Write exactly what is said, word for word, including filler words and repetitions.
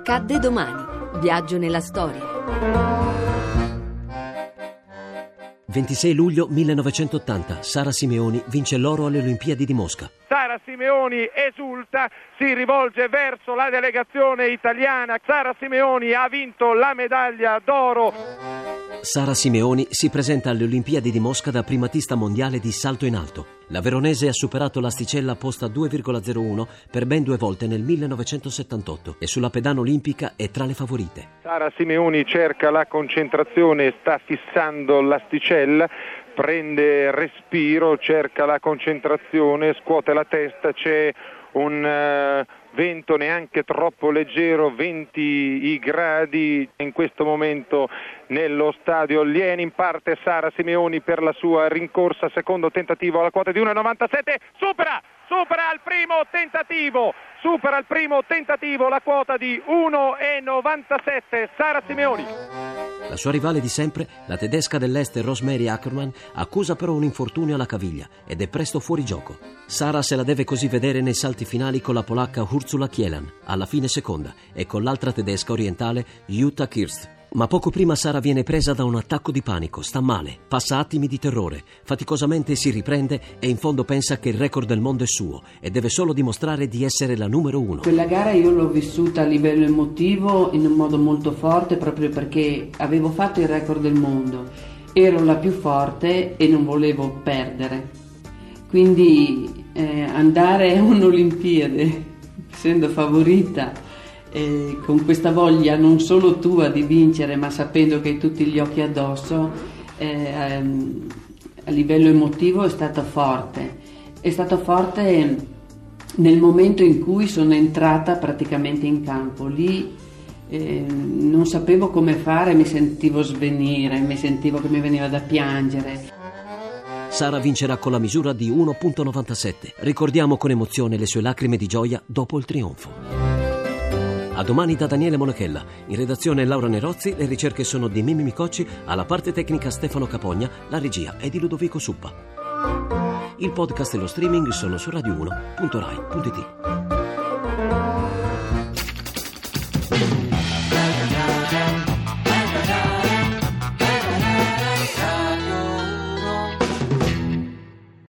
Accadde domani. Viaggio nella storia. ventisei luglio millenovecentottanta. Sara Simeoni vince l'oro alle Olimpiadi di Mosca. Sara Simeoni esulta, si rivolge verso la delegazione italiana. Sara Simeoni ha vinto la medaglia d'oro. Sara Simeoni si presenta alle Olimpiadi di Mosca da primatista mondiale di salto in alto. La veronese ha superato l'asticella posta due virgola zero uno per ben due volte nel millenovecentosettantotto e sulla pedana olimpica è tra le favorite. Sara Simeoni cerca la concentrazione, sta fissando l'asticella, prende respiro, cerca la concentrazione, scuote la testa, c'è un uh, vento neanche troppo leggero, venti gradi in questo momento nello stadio Lenin. Parte Sara Simeoni per la sua rincorsa, secondo tentativo alla quota di uno virgola novantasette, supera, supera al primo tentativo, supera al primo tentativo la quota di uno virgola novantasette, Sara Simeoni. La sua rivale di sempre, la tedesca dell'est Rosemarie Ackermann, accusa però un infortunio alla caviglia ed è presto fuori gioco. Sara se la deve così vedere nei salti finali con la polacca Ursula Kielan, alla fine seconda, e con l'altra tedesca orientale Jutta Kirst. Ma poco prima Sara viene presa da un attacco di panico, sta male, passa attimi di terrore, faticosamente si riprende e in fondo pensa che il record del mondo è suo e deve solo dimostrare di essere la numero uno. Quella gara io l'ho vissuta a livello emotivo in un modo molto forte, proprio perché avevo fatto il record del mondo, ero la più forte e non volevo perdere. Quindi eh, andare a un'Olimpiade essendo favorita, Eh, con questa voglia non solo tua di vincere, ma sapendo che hai tutti gli occhi addosso, eh, ehm, a livello emotivo è stato forte. È stato forte nel momento in cui sono entrata praticamente in campo. Lì eh, non sapevo come fare, mi sentivo svenire, mi sentivo che mi veniva da piangere. Sara vincerà con la misura di uno virgola novantasette. Ricordiamo con emozione le sue lacrime di gioia dopo il trionfo. A domani da Daniele Monachella. In redazione Laura Nerozzi, le ricerche sono di Mimmi Micocci, alla parte tecnica Stefano Capogna, la regia è di Ludovico Suppa. Il podcast e lo streaming sono su radio uno punto rai punto it.